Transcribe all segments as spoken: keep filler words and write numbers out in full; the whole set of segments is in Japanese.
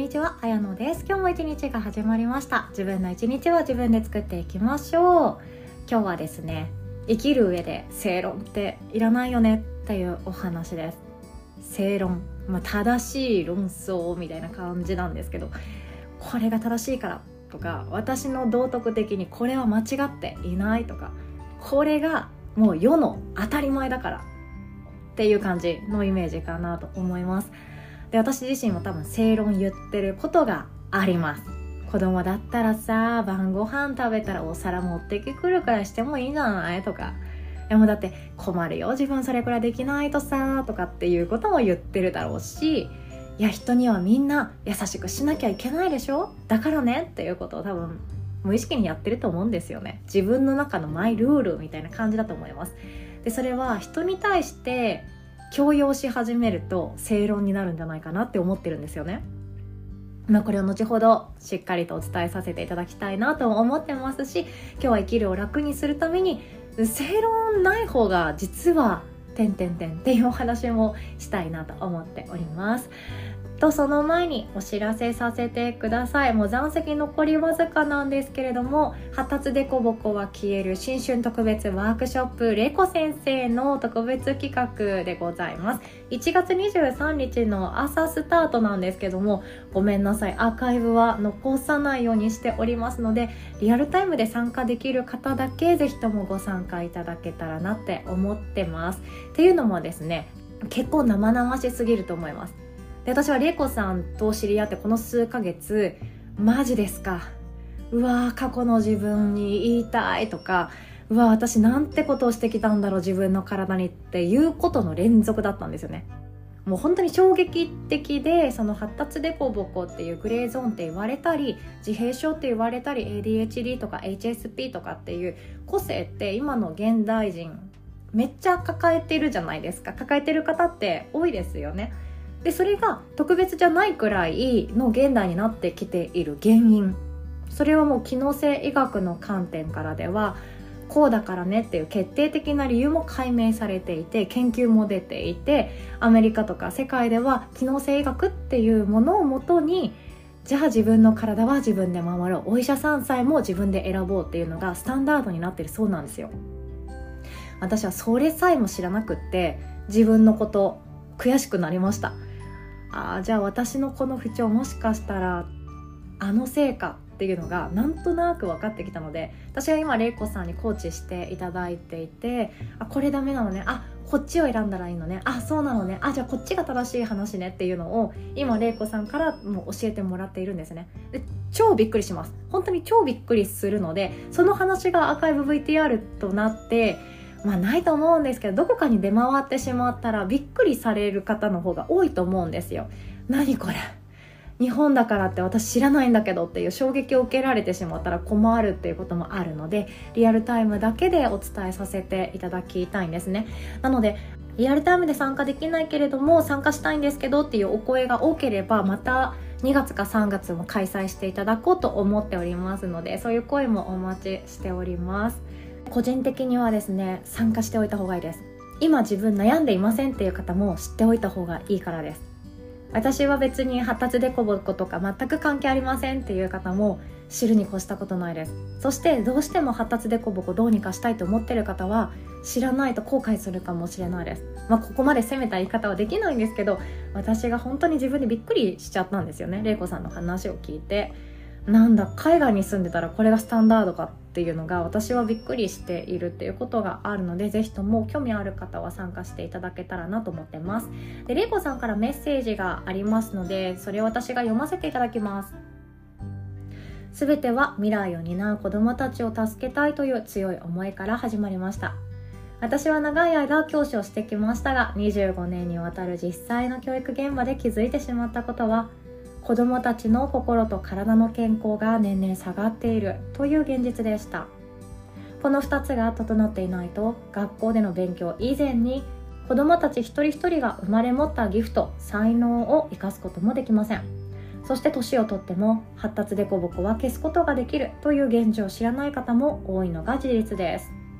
にちは、あやのです。今日も一日が始まりました。自分の一日は自分で作っていきましょう。今日はですね、生きる上で正論っていらないよねっていうお話です。正論、まあ、正しい論争みたいな感じなんですけど、これが正しいからとか、私の道徳的にこれは間違っていないとか、これがもう世の当たり前だからっていう感じのイメージかなと思います。で、私自身も多分正論言ってることがあります。子供だったらさ、晩ご飯食べたらお皿持ってきくるからしてもいいんじゃないとか、でもだって困るよ、自分それくらいできないとさとかっていうことも言ってるだろうし、いや人にはみんな優しくしなきゃいけないでしょ、だからねっていうことを多分無意識にやってると思うんですよね。自分の中のマイルールみたいな感じだと思います。で、それは人に対して強要し始めると正論になるんじゃないかなって思ってるんですよね。まあ、これを後ほどしっかりとお伝えさせていただきたいなと思ってますし、今日は生きるを楽にするために正論ない方が実は点々点っていうお話もしたいなと思っております。とその前にお知らせさせてください。もう残席残りわずかなんですけれども、発達デコボコは消える新春特別ワークショップレコ先生の特別企画でございます。いちがつにじゅうさんにちの朝スタートなんですけども、ごめんなさい、アーカイブは残さないようにしておりますので、リアルタイムで参加できる方だけぜひともご参加いただけたらなって思ってます。っていうのもですね、結構生々しすぎると思います。で、私はれいこさんと知り合ってこの数ヶ月、マジですか、うわー過去の自分に言いたいとか、うわー私なんてことをしてきたんだろう自分の体にっていうことの連続だったんですよね。もう本当に衝撃的で、その発達デコボコっていうグレーゾーンって言われたり、自閉症って言われたり、 エーディーエイチディー とか エイチエスピー とかっていう個性って今の現代人めっちゃ抱えてるじゃないですか。抱えてる方って多いですよね。で、それが特別じゃないくらいの現代になってきている原因、それはもう機能性医学の観点からではこうだからねっていう決定的な理由も解明されていて、研究も出ていて、アメリカとか世界では機能性医学っていうものをもとに、じゃあ自分の体は自分で守ろう、お医者さんさえも自分で選ぼうっていうのがスタンダードになってるそうなんですよ。私はそれさえも知らなくって自分のこと悔しくなりました。ああ、じゃあ私のこの不調もしかしたらあのせいかっていうのがなんとなく分かってきたので、私は今れいこさんにコーチしていただいていて、あ、これダメなのね、あ、こっちを選んだらいいのね、あ、そうなのね、あ、じゃあこっちが正しい話ねっていうのを今れいこさんからもう教えてもらっているんですね。で、超びっくりします。本当に超びっくりするので、その話がアーカイブ ブイティーアール となってまあないと思うんですけど、どこかに出回ってしまったらびっくりされる方の方が多いと思うんですよ。何これ、日本だからって私知らないんだけどっていう衝撃を受けられてしまったら困るっていうこともあるので、リアルタイムだけでお伝えさせていただきたいんですね。なのでリアルタイムで参加できないけれども参加したいんですけどっていうお声が多ければ、またにがつかさんがつも開催していただこうと思っておりますので、そういう声もお待ちしております。個人的にはですね、参加しておいた方がいいです。今自分悩んでいませんっていう方も知っておいた方がいいからです。私は別に発達デコボコとか全く関係ありませんっていう方も知るに越したことないです。そしてどうしても発達デコボコどうにかしたいと思ってる方は知らないと後悔するかもしれないです。まあここまで責めた言い方はできないんですけど、私が本当に自分でびっくりしちゃったんですよね。れいこさんの話を聞いて、なんだ海外に住んでたらこれがスタンダードかっていうのが私はびっくりしているっていうことがあるので、ぜひとも興味ある方は参加していただけたらなと思ってます。で、れいこさんからメッセージがありますので、それを私が読ませていただきます。すべては未来を担う子どもたちを助けたいという強い思いから始まりました。私は長い間教師をしてきましたが、にじゅうごねんにわたる実際の教育現場で気づいてしまったことは、子どもたちの心と体の健康が年々下がっているという現実でした。このふたつが整っていないと、学校での勉強以前に子どもたち一人一人が生まれ持ったギフト、才能を生かすこともできません。そして年をとっても発達デコボコは消すことができるという現状を知らない方も多いのが事実です。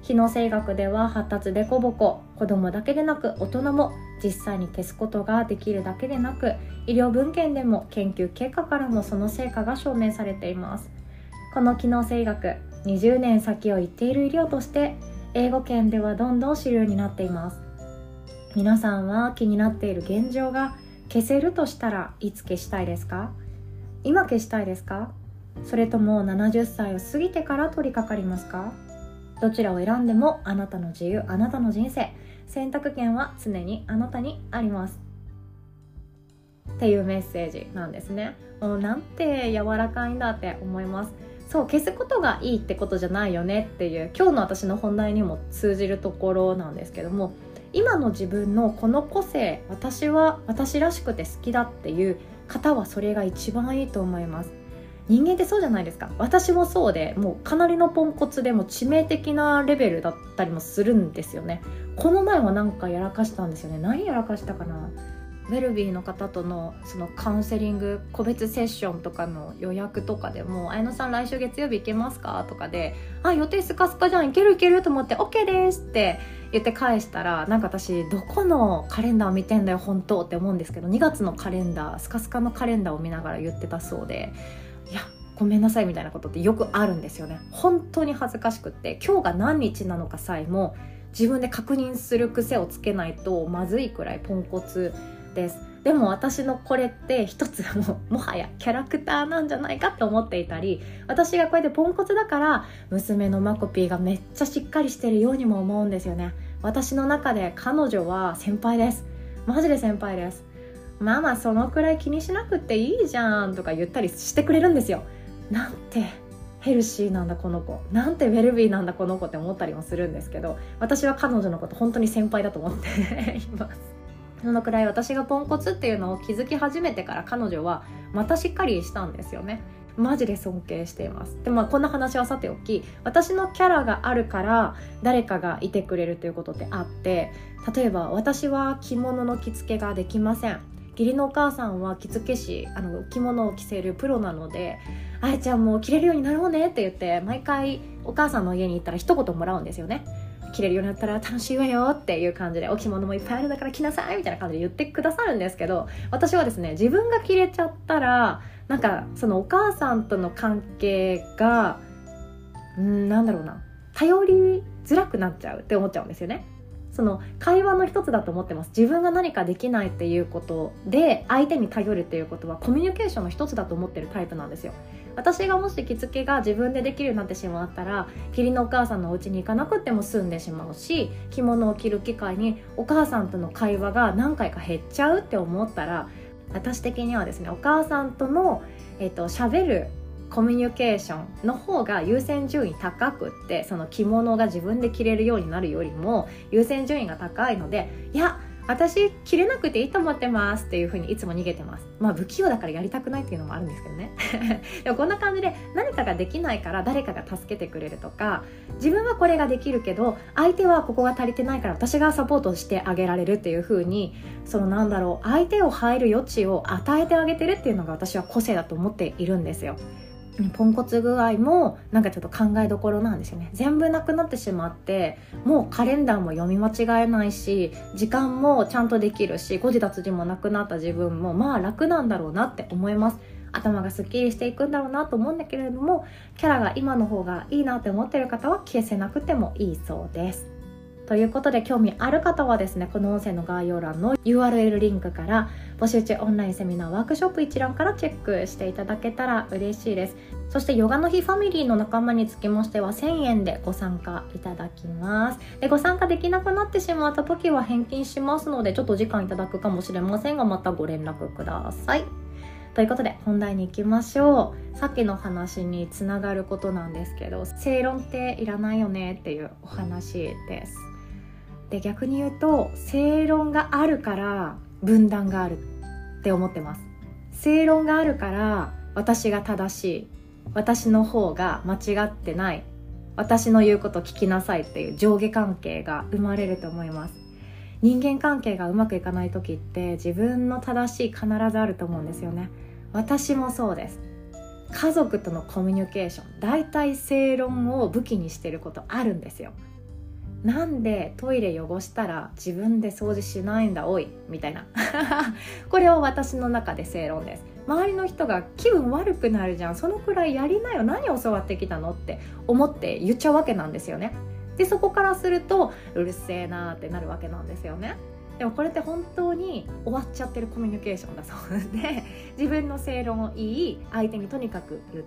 機能生学では発達でこぼこ、子どもだけでなく大人も実際に消すことができるだけでなく、医療文献でも研究結果からもその成果が証明されています。この機能生学、にじゅうねん先を言っている医療として英語圏ではどんどん主流になっています。皆さんは気になっている現状が消せるとしたらいつ消したいですか？今消したいですか？それともななじゅっさいを過ぎてから取り掛かりますか？どちらを選んでもあなたの自由、あなたの人生、選択権は常にあなたにありますっていうメッセージなんですね。もうなんて柔らかいんだって思います。そう、消すことがいいってことじゃないよねっていう今日の私の本題にも通じるところなんですけども、今の自分のこの個性、私は私らしくて好きだっていう方はそれが一番いいと思います。人間ってそうじゃないですか。私もそうで、もうかなりのポンコツでも致命的なレベルだったりもするんですよね。この前はなんかやらかしたんですよね。何やらかしたかな。ウェルビーの方とのそのカウンセリング個別セッションとかの予約とかでも、綾乃さん来週月曜日行けますかとかで、あ、予定スカスカじゃん、行ける行けると思って OK ですって言って返したら、なんか私どこのカレンダー見てんだよ本当って思うんですけど、にがつのカレンダー、スカスカのカレンダーを見ながら言ってたそうで、いやごめんなさいみたいなことってよくあるんですよね。本当に恥ずかしくって、今日が何日なのかさえも自分で確認する癖をつけないとまずいくらいポンコツです。でも私のこれって一つももはやキャラクターなんじゃないかって思っていたり、私がこうやってポンコツだから娘のマコピーがめっちゃしっかりしてるようにも思うんですよね。私の中で彼女は先輩です。マジで先輩です。まあまあそのくらい気にしなくていいじゃんとか言ったりしてくれるんですよ。なんてヘルシーなんだこの子、なんてウェルビーなんだこの子って思ったりもするんですけど、私は彼女のこと本当に先輩だと思っています。そのくらい私がポンコツっていうのを気づき始めてから彼女はまたしっかりしたんですよね。マジで尊敬しています。でもまあこんな話はさておき、私のキャラがあるから誰かがいてくれるということってあって、例えば私は着物の着付けができません。義理のお母さんは着付け師、あの着物を着せるプロなので、あやちゃんも着れるようになろうねって言って毎回お母さんの家に行ったら一言もらうんですよね。着れるようになったら楽しいわよっていう感じで、お着物もいっぱいあるんだから着なさいみたいな感じで言ってくださるんですけど、私はですね、自分が着れちゃったらなんかそのお母さんとの関係がんなんだろうな、頼りづらくなっちゃうって思っちゃうんですよね。その会話の一つだと思ってます。自分が何かできないっていうことで相手に頼るっていうことはコミュニケーションの一つだと思ってるタイプなんですよ。私がもし着付けが自分でできるようになってしまったら、義理のお母さんのお家に行かなくても済んでしまうし、着物を着る機会にお母さんとの会話が何回か減っちゃうって思ったら、私的にはですね、お母さんとのえっと喋るコミュニケーションの方が優先順位高くって、その着物が自分で着れるようになるよりも優先順位が高いので、いや私着れなくていいと思ってますっていう風にいつも逃げてます。まあ不器用だからやりたくないっていうのもあるんですけどねでもこんな感じで何かができないから誰かが助けてくれるとか、自分はこれができるけど相手はここが足りてないから私がサポートしてあげられるっていう風に、そのなんだろう、相手を入る余地を与えてあげてるっていうのが私は個性だと思っているんですよ。ポンコツ具合もなんかちょっと考えどころなんですよね。全部なくなってしまって、もうカレンダーも読み間違えないし、時間もちゃんとできるし、誤字脱字もなくなった自分もまあ楽なんだろうなって思います。頭がすっきりしていくんだろうなと思うんだけれども、キャラが今の方がいいなって思ってる方は消せなくてもいいそうです。ということで興味ある方はですね、この音声の概要欄の ユーアールエル リンクから募集中オンラインセミナーワークショップ一覧からチェックしていただけたら嬉しいです。そしてヨガの日ファミリーの仲間につきましてはせんえんでご参加いただきます。でご参加できなくなってしまった時は返金しますので、ちょっとお時間いただくかもしれませんが、またご連絡ください。ということで本題に行きましょう。さっきの話につながることなんですけど、正論っていらないよねっていうお話です。で逆に言うと、正論があるから分断があるって思ってます。正論があるから私が正しい、私の方が間違ってない、私の言うこと聞きなさいっていう上下関係が生まれると思います。人間関係がうまくいかない時って自分の正しい必ずあると思うんですよね。私もそうです。家族とのコミュニケーション、だいたい正論を武器にしてることあるんですよ。 なんでトイレ汚したら自分で掃除しないんだおいみたいなこれは私の中で正論です。周りの人が気分悪くなるじゃん、そのくらいやりなよ、何教わってきたのって思って言っちゃうわけなんですよね。でそこからするとうるせえなってなるわけなんですよね。でもこれって本当に終わっちゃってるコミュニケーションだそうで、自分の正論を言い相手にとにかく言って、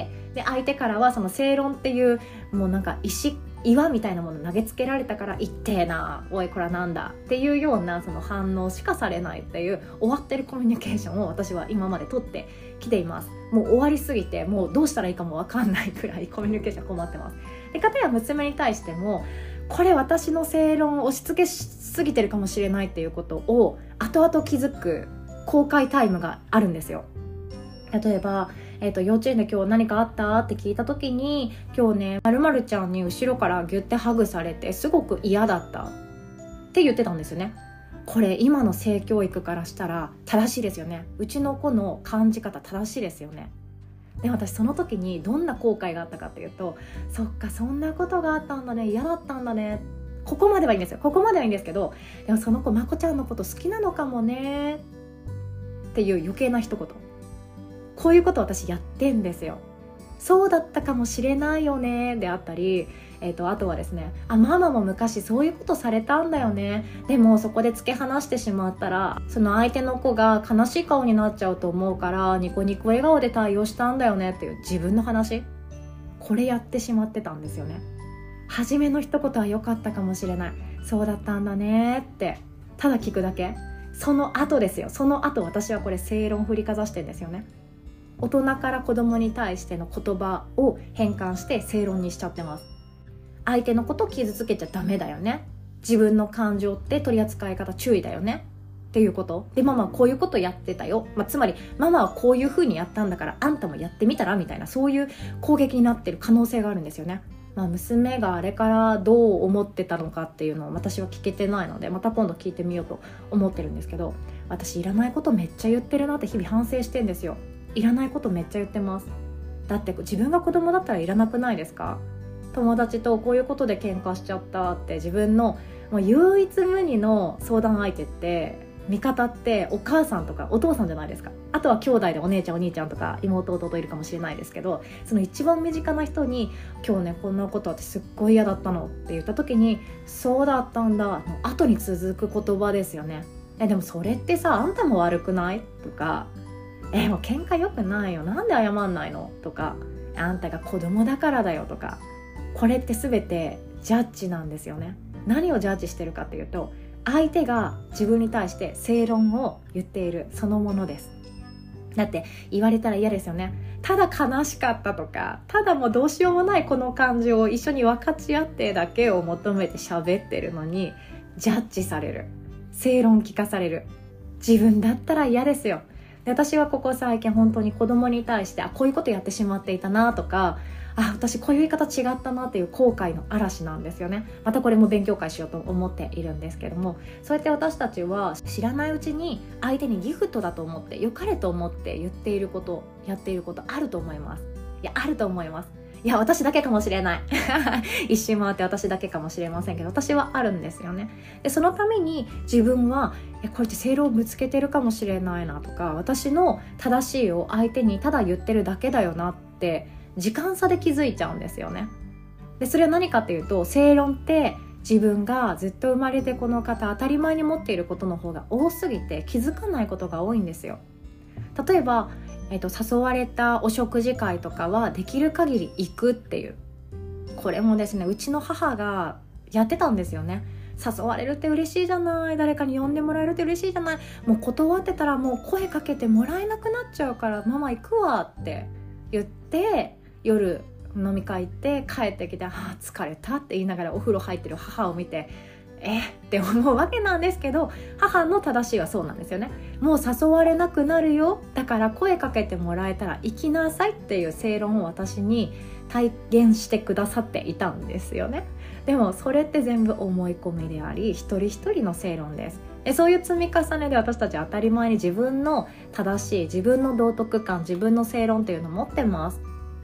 で相手からはその正論っていうもうなんか石岩みたいなもの投げつけられたから「いってえな、おいこれはなんだ」っていうようなその反応しかされないっていう終わってるコミュニケーションを私は今まで取ってきています。もう終わりすぎてもうどうしたらいいかも分かんないくらいコミュニケーション困ってます。でかたや娘に対してもこれ私の正論を押し付けすぎてるかもしれないっていうことを後々気づく公開タイムがあるんですよ。例えば、えーと、幼稚園で今日何かあったって聞いた時に、今日ね〇〇ちゃんに後ろからギュッてハグされてすごく嫌だったって言ってたんですよね。これ今の性教育からしたら正しいですよね。うちの子の感じ方正しいですよね。で私その時にどんな後悔があったかっていうと、そっかそんなことがあったんだね、嫌だったんだね、ここまではいいんですよ、ここまではいいんですけど、でもその子まこちゃんのこと好きなのかもねっていう余計な一言、こういうこと私やってんですよ。そうだったかもしれないよねであったり、えーと、あとはですね、あママも昔そういうことされたんだよね、でもそこで突き放してしまったらその相手の子が悲しい顔になっちゃうと思うからニコニコ笑顔で対応したんだよねっていう自分の話、これやってしまってたんですよね。初めの一言は良かったかもしれない、そうだったんだねってただ聞くだけ、その後ですよ、その後私はこれ正論振りかざしてんですよね。大人から子供に対しての言葉を変換して正論にしちゃってます。相手のこと傷つけちゃダメだよね、自分の感情って取り扱い方注意だよねっていうことで、ママはこういうことやってたよ、まあ、つまりママはこういう風にやったんだからあんたもやってみたらみたいな、そういう攻撃になってる可能性があるんですよね。まあ、娘があれからどう思ってたのかっていうのを私は聞けてないので、また今度聞いてみようと思ってるんですけど、私いらないことめっちゃ言ってるなって日々反省してんですよ。いらないことめっちゃ言ってます。だって自分が子供だったらいらなくないですか？友達とこういうことで喧嘩しちゃったって自分のもう唯一無二の相談相手って味方ってお母さんとかお父さんじゃないですか。あとは兄弟でお姉ちゃんお兄ちゃんとか妹弟いるかもしれないですけど、その一番身近な人に今日ねこんなことあってすっごい嫌だったのって言った時にそうだったんだの後に続く言葉ですよね。えでもそれってさあんたも悪くないとか、えもう喧嘩良くないよ、なんで謝んないのとか、あんたが子供だからだよとか、これって全てジャッジなんですよね。何をジャッジしてるかっていうと、相手が自分に対して正論を言っているそのものです。だって言われたら嫌ですよね。ただ悲しかったとか、ただもうどうしようもないこの感情を一緒に分かち合ってだけを求めて喋ってるのにジャッジされる、正論聞かされる。自分だったら嫌ですよ。で私はここ最近本当に子供に対してあこういうことやってしまっていたなとか、あ私こういう言い方違ったなっていう後悔の嵐なんですよね。またこれも勉強会しようと思っているんですけども、そうやって私たちは知らないうちに相手にギフトだと思って良かれと思って言っていることやっていることあると思います。いやあると思います。いや私だけかもしれない一周回って私だけかもしれませんけど、私はあるんですよね。でそのために自分はいやこれって正論をぶつけてるかもしれないなとか、私の正しいを相手にただ言ってるだけだよなって時間差で気づいちゃうんですよね。でそれは何かっていうと、正論って自分がずっと生まれてこの方当たり前に持っていることの方が多すぎて気づかないことが多いんですよ。例えばえっと、誘われたお食事会とかはできる限り行くっていう、これもですねうちの母がやってたんですよね。誘われるって嬉しいじゃない、誰かに呼んでもらえるって嬉しいじゃない、もう断ってたらもう声かけてもらえなくなっちゃうからママ行くわって言って夜飲み会行って帰ってきて、あー疲れたって言いながらお風呂入ってる母を見てえって思うわけなんですけど、母の正しいはそうなんですよね。もう誘われなくなるよ、だから声かけてもらえたら行きなさいっていう正論を私に体現してくださっていたんですよね。でもそれって全部思い込みであり一人一人の正論です。でそういう積み重ねで私たち当たり前に自分の正しい自分の道徳観自分の正論っていうのを持ってます。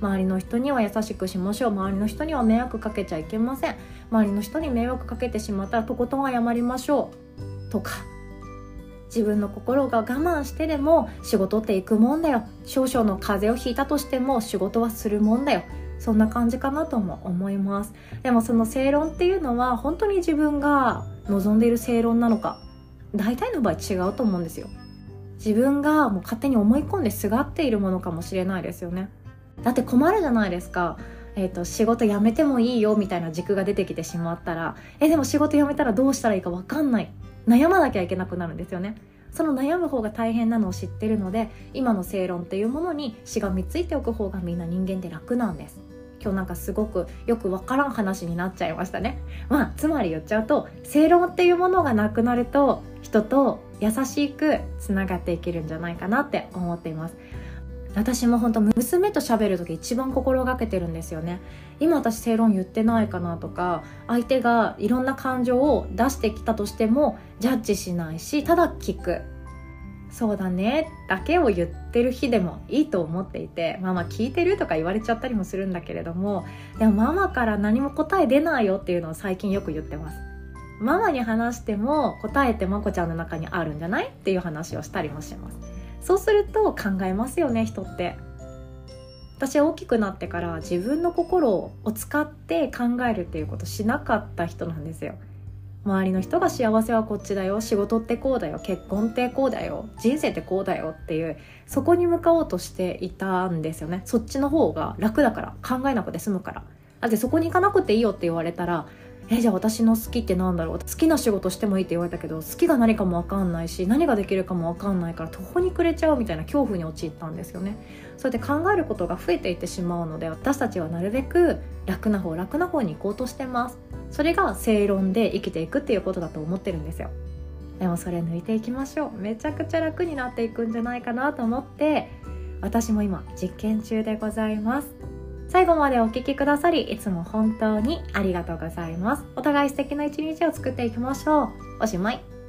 周りの人には優しくしましょう、周りの人には迷惑かけちゃいけません、周りの人に迷惑かけてしまったらとことん謝りましょうとか、自分の心が我慢してでも仕事って行くもんだよ、少々の風邪をひいたとしても仕事はするもんだよ、そんな感じかなとも思います。でもその正論っていうのは本当に自分が望んでいる正論なのか、大体の場合違うと思うんですよ。自分がもう勝手に思い込んですがっているものかもしれないですよね。だって困るじゃないですか。えーと、仕事辞めてもいいよみたいな軸が出てきてしまったら、えでも仕事辞めたらどうしたらいいか分かんない、悩まなきゃいけなくなるんですよね。その悩む方が大変なのを知ってるので、今の正論っていうものにしがみついておく方がみんな人間って楽なんです。今日なんかすごくよく分からん話になっちゃいましたね。まあつまり言っちゃうと、正論っていうものがなくなると人と優しくつながっていけるんじゃないかなって思っています。私も本当娘と喋るとき一番心がけてるんですよね。今私正論言ってないかなとか、相手がいろんな感情を出してきたとしてもジャッジしないし、ただ聞く、そうだねだけを言ってる日でもいいと思っていて、ママ聞いてるとか言われちゃったりもするんだけれども、でもママから何も答え出ないよっていうのを最近よく言ってます。ママに話しても答えってまこちゃんの中にあるんじゃないっていう話をしたりもします。そうすると考えますよね、人って。私は大きくなってから自分の心を使って考えるっていうことしなかった人なんですよ。周りの人が幸せはこっちだよ、仕事ってこうだよ、結婚ってこうだよ、人生ってこうだよっていう、そこに向かおうとしていたんですよね。そっちの方が楽だから、考えなくて済むから。だってそこに行かなくていいよって言われたら、えじゃあ私の好きってなんだろう、好きな仕事してもいいって言われたけど、好きが何かも分かんないし何ができるかも分かんないから途方に暮れちゃうみたいな恐怖に陥ったんですよね。そうやって考えることが増えていってしまうので、私たちはなるべく楽な方楽な方に行こうとしてます。それが正論で生きていくっていうことだと思ってるんですよ。でもそれ抜いていきましょう。めちゃくちゃ楽になっていくんじゃないかなと思って、私も今実験中でございます。最後までお聞きくださりいつも本当にありがとうございます。お互い素敵な一日を作っていきましょう。おしまい。